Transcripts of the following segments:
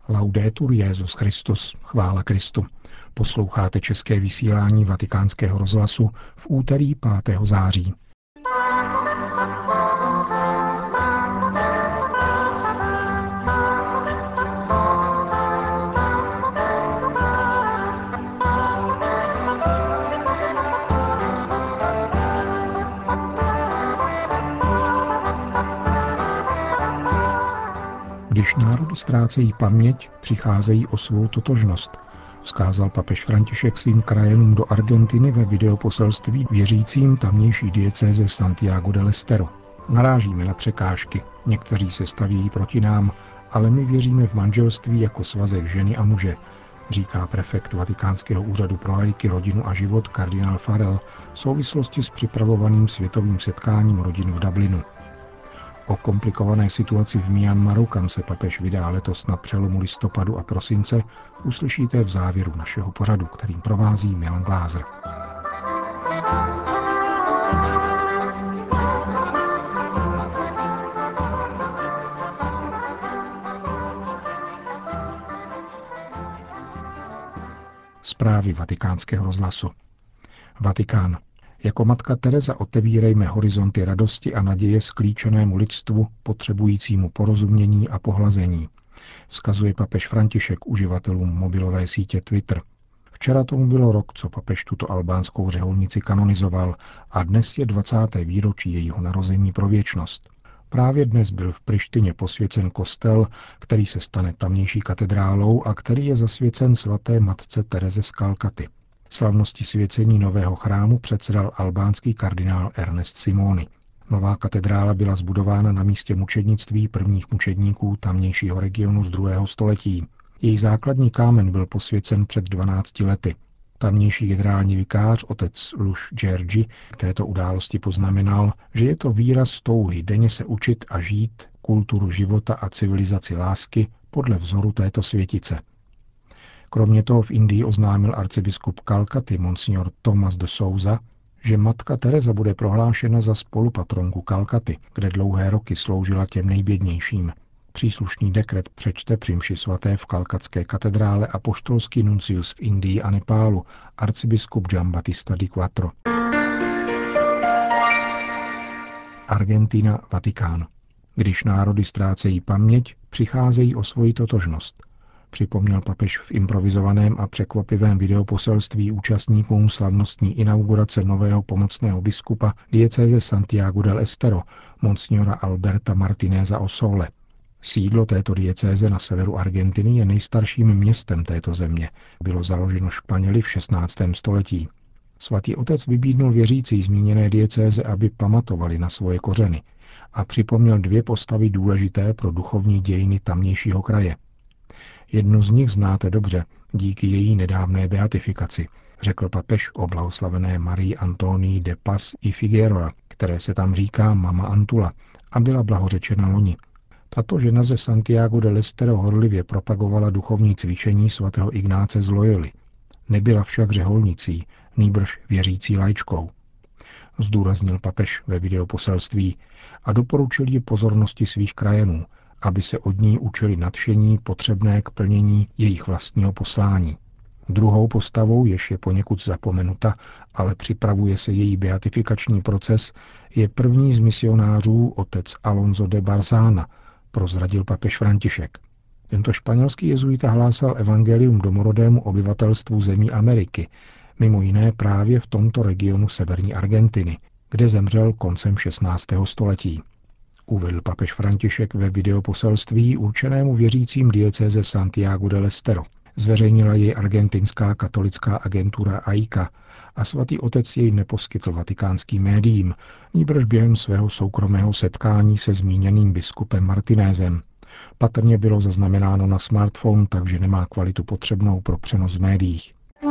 Laudetur Jesus Christus, chvála Kristu. Posloucháte české vysílání Vatikánského rozhlasu v úterý 5. září. Když národy ztrácejí paměť, přicházejí o svou totožnost, vzkázal papež František svým krajanům do Argentiny ve videoposelství věřícím tamnější diecéze Santiago del Estero. Narážíme na překážky, někteří se stavějí proti nám, ale my věříme v manželství jako svazek ženy a muže, říká prefekt Vatikánského úřadu pro laiky, rodinu a život kardinál Farrell v souvislosti s připravovaným světovým setkáním rodin v Dublinu. O komplikované situaci v Myanmaru, kam se papež vydá letos na přelomu listopadu a prosince, uslyšíte v závěru našeho pořadu, kterým provází Milan Glázer. Zprávy Vatikánského rozhlasu. Vatikán. Jako matka Teresa otevírejme horizonty radosti a naděje sklíčenému lidstvu, potřebujícímu porozumění a pohlazení, vzkazuje papež František uživatelům mobilové sítě Twitter. Včera tomu bylo rok, co papež tuto albánskou řeholnici kanonizoval a dnes je 20. výročí jejího narození pro věčnost. Právě dnes byl v Prištině posvěcen kostel, který se stane tamnější katedrálou a který je zasvěcen svaté matce Tereze z Kalkaty. Slavnosti svěcení nového chrámu předsedal albánský kardinál Ernest Simoni. Nová katedrála byla zbudována na místě mučednictví prvních mučedníků tamnějšího regionu z 2. století. Její základní kámen byl posvěcen před 12 lety. Tamnější generální vikář otec Luš Džerdži k této události poznamenal, že je to výraz touhy denně se učit a žít kulturu života a civilizaci lásky podle vzoru této světice. Kromě toho v Indii oznámil arcibiskup Kalkaty Monsignor Thomas de Souza, že matka Teresa bude prohlášena za spolupatronku Kalkaty, kde dlouhé roky sloužila těm nejbědnějším. Příslušný dekret přečte při mši svaté v kalkatské katedrále apoštolský nuncius v Indii a Nepálu, arcibiskup Giambattista di Quattro. Argentina, Vatikán. Když národy ztrácejí paměť, přicházejí o svoji totožnost, připomněl papež v improvizovaném a překvapivém videoposelství účastníkům slavnostní inaugurace nového pomocného biskupa diecéze Santiago del Estero, monsignora Alberta Martinéza Osole. Sídlo této diecéze na severu Argentiny je nejstarším městem této země. Bylo založeno Španěli v 16. století. Svatý otec vybídnul věřící zmíněné diecéze, aby pamatovali na svoje kořeny a připomněl 2 postavy důležité pro duchovní dějiny tamnějšího kraje. Jednu z nich znáte dobře, díky její nedávné beatifikaci, řekl papež o blahoslavené Marii Antonii de Paz y Figueroa, které se tam říká Mama Antula a byla blahořečena loni. Tato žena ze Santiago del Estero horlivě propagovala duchovní cvičení svatého Ignáce z Loyoli. Nebyla však řeholnicí, nýbrž věřící laičkou, zdůraznil papež ve videoposelství a doporučil ji pozornosti svých krajanů, aby se od ní učili nadšení potřebné k plnění jejich vlastního poslání. Druhou postavou, jež je poněkud zapomenuta, ale připravuje se její beatifikační proces, je první z misionářů otec Alonso de Barzana, prozradil papež František. Tento španělský jezuita hlásal evangelium domorodému obyvatelstvu zemí Ameriky, mimo jiné právě v tomto regionu severní Argentiny, kde zemřel koncem 16. století. Uvedl papež František ve videoposelství určenému věřícím diecéze Santiago del Estero. Zveřejnila jej argentinská katolická agentura AICA a svatý otec jej neposkytl vatikánským médiím, nýbrž během svého soukromého setkání se zmíněným biskupem Martinézem. Patrně bylo zaznamenáno na smartphone, takže nemá kvalitu potřebnou pro přenos v médiích.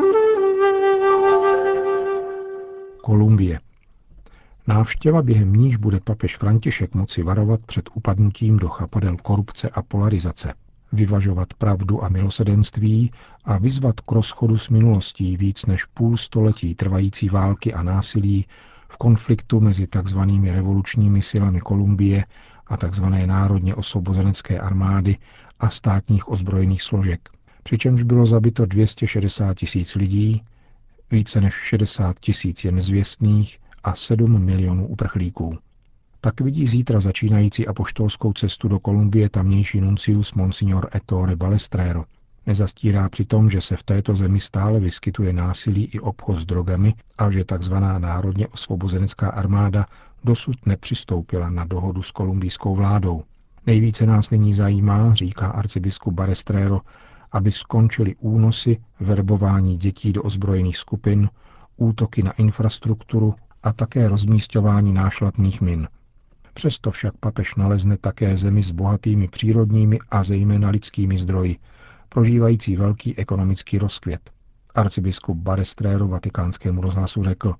Kolumbie. Návštěva, během níž bude papež František moci varovat před upadnutím do chapadel korupce a polarizace, vyvažovat pravdu a milosrdenství a vyzvat k rozchodu s minulostí víc než půl století trvající války a násilí v konfliktu mezi tzv. Revolučními silami Kolumbie a tzv. Národně osvobozenecké armády a státních ozbrojených složek, přičemž bylo zabito 260 000 lidí, více než 60 000 je nezvěstných a 7 milionů uprchlíků. Tak vidí zítra začínající apoštolskou cestu do Kolumbie tamnější nuncius Monsignor Ettore Balestrero. Nezastírá přitom, že se v této zemi stále vyskytuje násilí i obchod s drogami a že tzv. Národně osvobozenecká armáda dosud nepřistoupila na dohodu s kolumbijskou vládou. Nejvíce nás nyní zajímá, říká arcibiskup Balestrero, aby skončily únosy, verbování dětí do ozbrojených skupin, útoky na infrastrukturu a také rozmísťování nášlapných min. Přesto však papež nalezne také zemi s bohatými přírodními a zejména lidskými zdroji, prožívající velký ekonomický rozkvět. Arcibiskup Balestrero Vatikánskému rozhlasu řekl: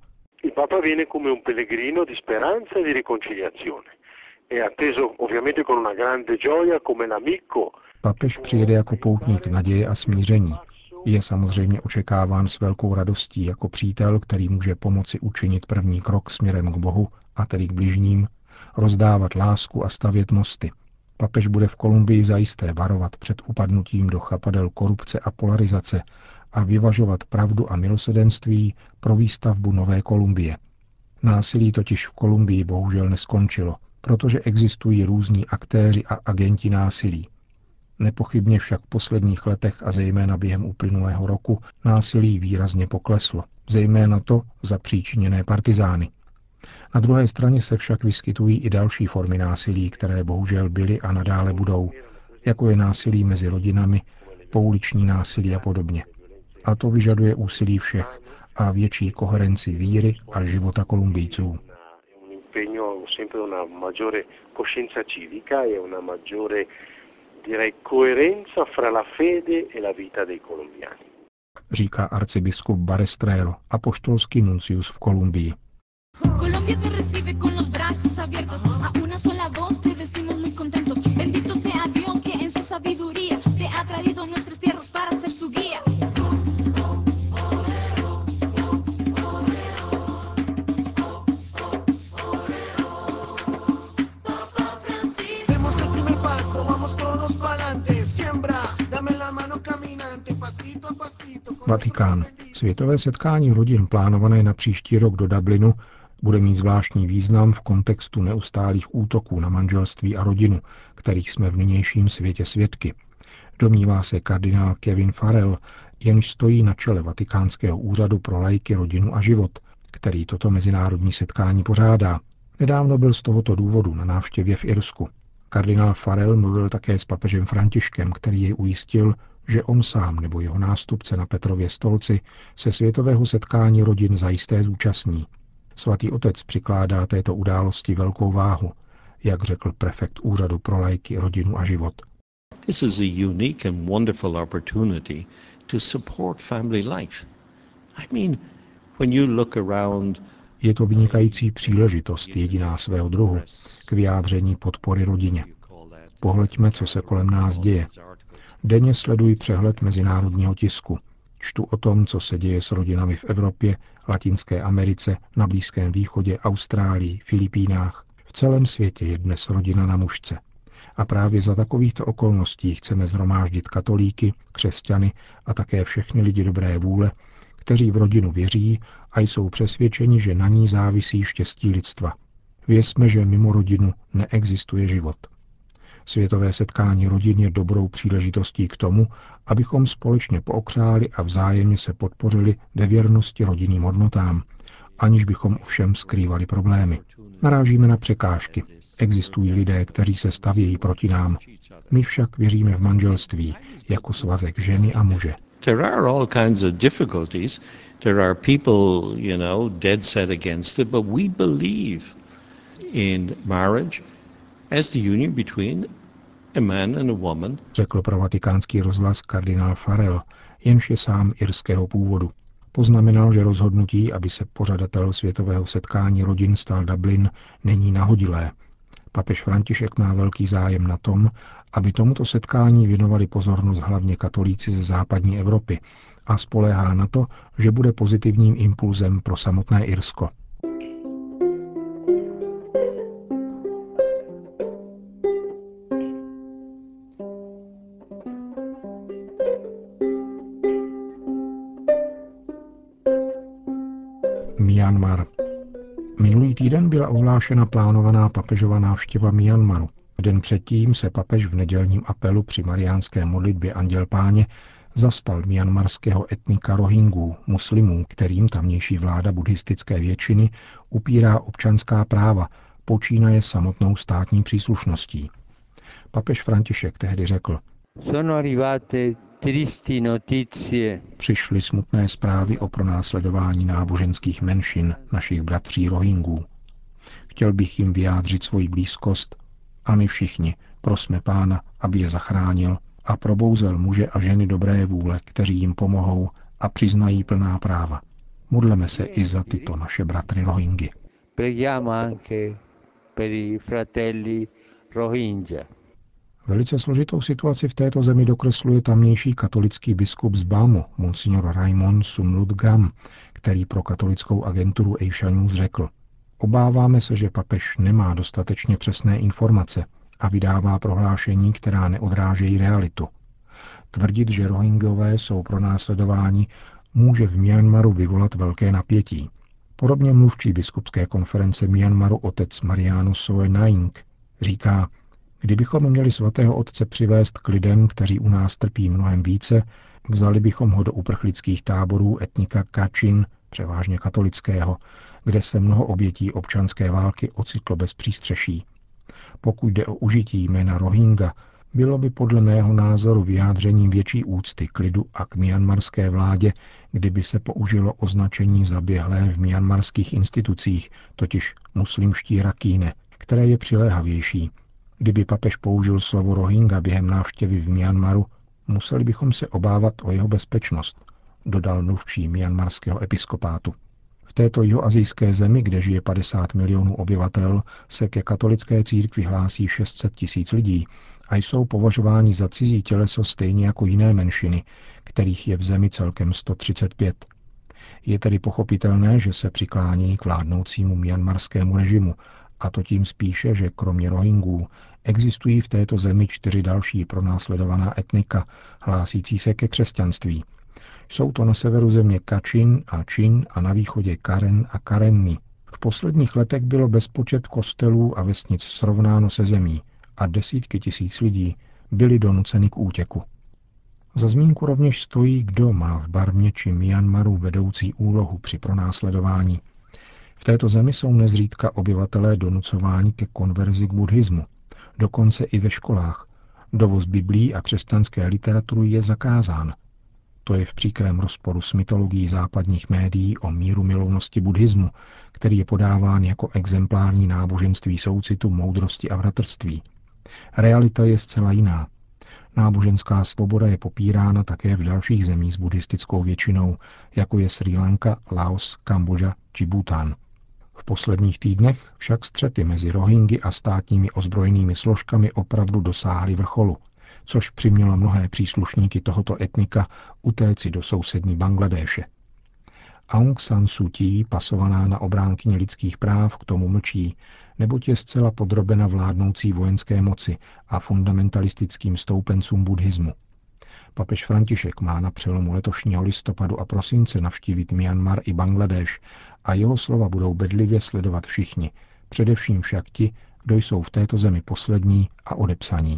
Papež přijede jako poutník naděje a smíření. Je samozřejmě očekáván s velkou radostí jako přítel, který může pomoci učinit první krok směrem k Bohu, a tedy k bližním, rozdávat lásku a stavět mosty. Papež bude v Kolumbii zajisté varovat před upadnutím do chapadel korupce a polarizace a vyvažovat pravdu a milosrdenství pro výstavbu nové Kolumbie. Násilí totiž v Kolumbii bohužel neskončilo, protože existují různí aktéři a agenti násilí. Nepochybně však v posledních letech a zejména během uplynulého roku násilí výrazně pokleslo, zejména to zapříčiněné partizány. Na druhé straně se však vyskytují i další formy násilí, které bohužel byly a nadále budou, jako je násilí mezi rodinami, pouliční násilí a podobně. A to vyžaduje úsilí všech a větší koherenci víry a života Kolumbijců. Říká arcibiskup Balestrero, apoštolský nuncius v Kolumbii. Colombia te recibe con los brazos abiertos, a una sola voz te decimos muy contentos. Bendito sea Dios que en su sabiduría te ha traído a nuestras tierras para ser su guía. Vatikán. Světové setkání rodin plánované na příští rok do Dublinu bude mít zvláštní význam v kontextu neustálých útoků na manželství a rodinu, kterých jsme v nynějším světě svědky. Domnívá se kardinál Kevin Farrell, jenž stojí na čele Vatikánského úřadu pro laiky, rodinu a život, který toto mezinárodní setkání pořádá. Nedávno byl z tohoto důvodu na návštěvě v Irsku. Kardinál Farrell mluvil také s papežem Františkem, který jej ujistil, že on sám nebo jeho nástupce na Petrově stolci se světového setkání rodin zajisté zúčastní. Svatý otec přikládá této události velkou váhu, jak řekl prefekt úřadu pro laiky, rodinu a život. This is a unique and wonderful opportunity to support family life. I mean, when you look around. Je to vynikající příležitost, jediná svého druhu, k vyjádření podpory rodině. Pohleďme, co se kolem nás děje. Denně sleduji přehled mezinárodního tisku. Čtu o tom, co se děje s rodinami v Evropě, Latinské Americe, na Blízkém východě, Austrálii, Filipínách. V celém světě je dnes rodina na mušce. A právě za takovýchto okolností chceme shromáždit katolíky, křesťany a také všechny lidi dobré vůle, kteří v rodinu věří a jsou přesvědčeni, že na ní závisí štěstí lidstva. Věřme, že mimo rodinu neexistuje život. Světové setkání rodin je dobrou příležitostí k tomu, abychom společně pookřáli a vzájemně se podpořili ve věrnosti rodinným hodnotám, aniž bychom ovšem skrývali problémy. Narážíme na překážky. Existují lidé, kteří se stavějí proti nám. My však věříme v manželství jako svazek ženy a muže. There are all kinds of difficulties. There are people, dead set against it, but we believe in marriage as the union between a man and a woman. Řekl pro Vatikánský rozhlas kardinál Farrell, jenž je sám irského původu. Poznamenal, že rozhodnutí, aby se pořadatel světového setkání rodin stal Dublin, není nahodilé. Papež František má velký zájem na tom, aby tomuto setkání věnovali pozornost hlavně katolíci ze západní Evropy a spoléhá na to, že bude pozitivním impulzem pro samotné Irsko. Myanmar. Minulý týden byla ohlášena plánovaná papežova návštěva Myanmaru. Den předtím se papež v nedělním apelu při mariánské modlitbě Anděl Páně zastal myanmarského etnika Rohingů, muslimů, kterým tamnější vláda buddhistické většiny upírá občanská práva, počínaje samotnou státní příslušností. Papež František tehdy řekl: Přišly smutné zprávy o pronásledování náboženských menšin našich bratří Rohingů. Chtěl bych jim vyjádřit svoji blízkost a my všichni prosme Pána, aby je zachránil a probouzel muže a ženy dobré vůle, kteří jim pomohou a přiznají plná práva. Modleme se i za tyto naše bratry Rohingy. Velice složitou situaci v této zemi dokresluje tamnější katolický biskup z Bámu, monsignor Raymond Sumludgam, který pro katolickou agenturu Asia News řekl: Obáváme se, že papež nemá dostatečně přesné informace a vydává prohlášení, která neodrážejí realitu. Tvrdit, že Rohingové jsou pronásledováni, může v Myanmaru vyvolat velké napětí. Podobně mluvčí biskupské konference Myanmaru otec Mariano Soe Naing říká: Kdybychom měli svatého otce přivést k lidem, kteří u nás trpí mnohem více, vzali bychom ho do uprchlických táborů etnika Kachin, převážně katolického, kde se mnoho obětí občanské války ocitlo bez přístřeší. Pokud jde o užití jména Rohingya, bylo by podle mého názoru vyjádřením větší úcty k lidu a k myanmarské vládě, kdyby se použilo označení zaběhlé v myanmarských institucích, totiž muslimští Rakhine, které je přiléhavější. Kdyby papež použil slovo Rohingya během návštěvy v Myanmaru, museli bychom se obávat o jeho bezpečnost, dodal mluvčí myanmarského episkopátu. V této jihoasijské zemi, kde žije 50 milionů obyvatel, se ke katolické církvi hlásí 600 000 lidí a jsou považováni za cizí těleso stejně jako jiné menšiny, kterých je v zemi celkem 135. Je tedy pochopitelné, že se přiklání k vládnoucímu myanmarskému režimu, a to tím spíše, že kromě Rohingů existují v této zemi 4 další pronásledovaná etnika, hlásící se ke křesťanství. Jsou to na severu země Kachin a Chin a na východě Karen a Karenni. V posledních letech bylo bezpočet kostelů a vesnic srovnáno se zemí a desítky tisíc lidí byly donuceny k útěku. Za zmínku rovněž stojí, kdo má v Barmě či Myanmaru vedoucí úlohu při pronásledování. V této zemi jsou nezřídka obyvatelé donucováni ke konverzi k buddhismu. Dokonce i ve školách. Dovoz biblí a křesťanské literatury je zakázán. To je v příkrém rozporu s mytologií západních médií o míru milovnosti buddhismu, který je podáván jako exemplární náboženství soucitu, moudrosti a bratrství. Realita je zcela jiná. Náboženská svoboda je popírána také v dalších zemích s buddhistickou většinou, jako je Srí Lanka, Laos, Kambodža či Bhútán. V posledních týdnech však střety mezi Rohingy a státními ozbrojenými složkami opravdu dosáhly vrcholu, což přimělo mnohé příslušníky tohoto etnika utéci do sousední Bangladéše. Aung San Suu Kyi, pasovaná na obránkyni lidských práv, k tomu mlčí, neboť je zcela podrobena vládnoucí vojenské moci a fundamentalistickým stoupencům buddhismu. Papež František má na přelomu letošního listopadu a prosince navštívit Myanmar i Bangladéš a jeho slova budou bedlivě sledovat všichni, především však ti, kdo jsou v této zemi poslední a odepsaní.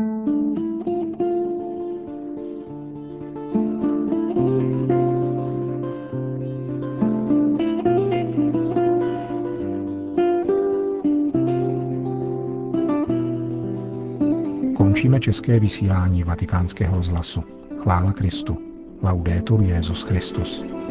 Končíme české vysílání Vatikánského rozhlasu. Chvála Kristu. Laudetur Jesus Christus.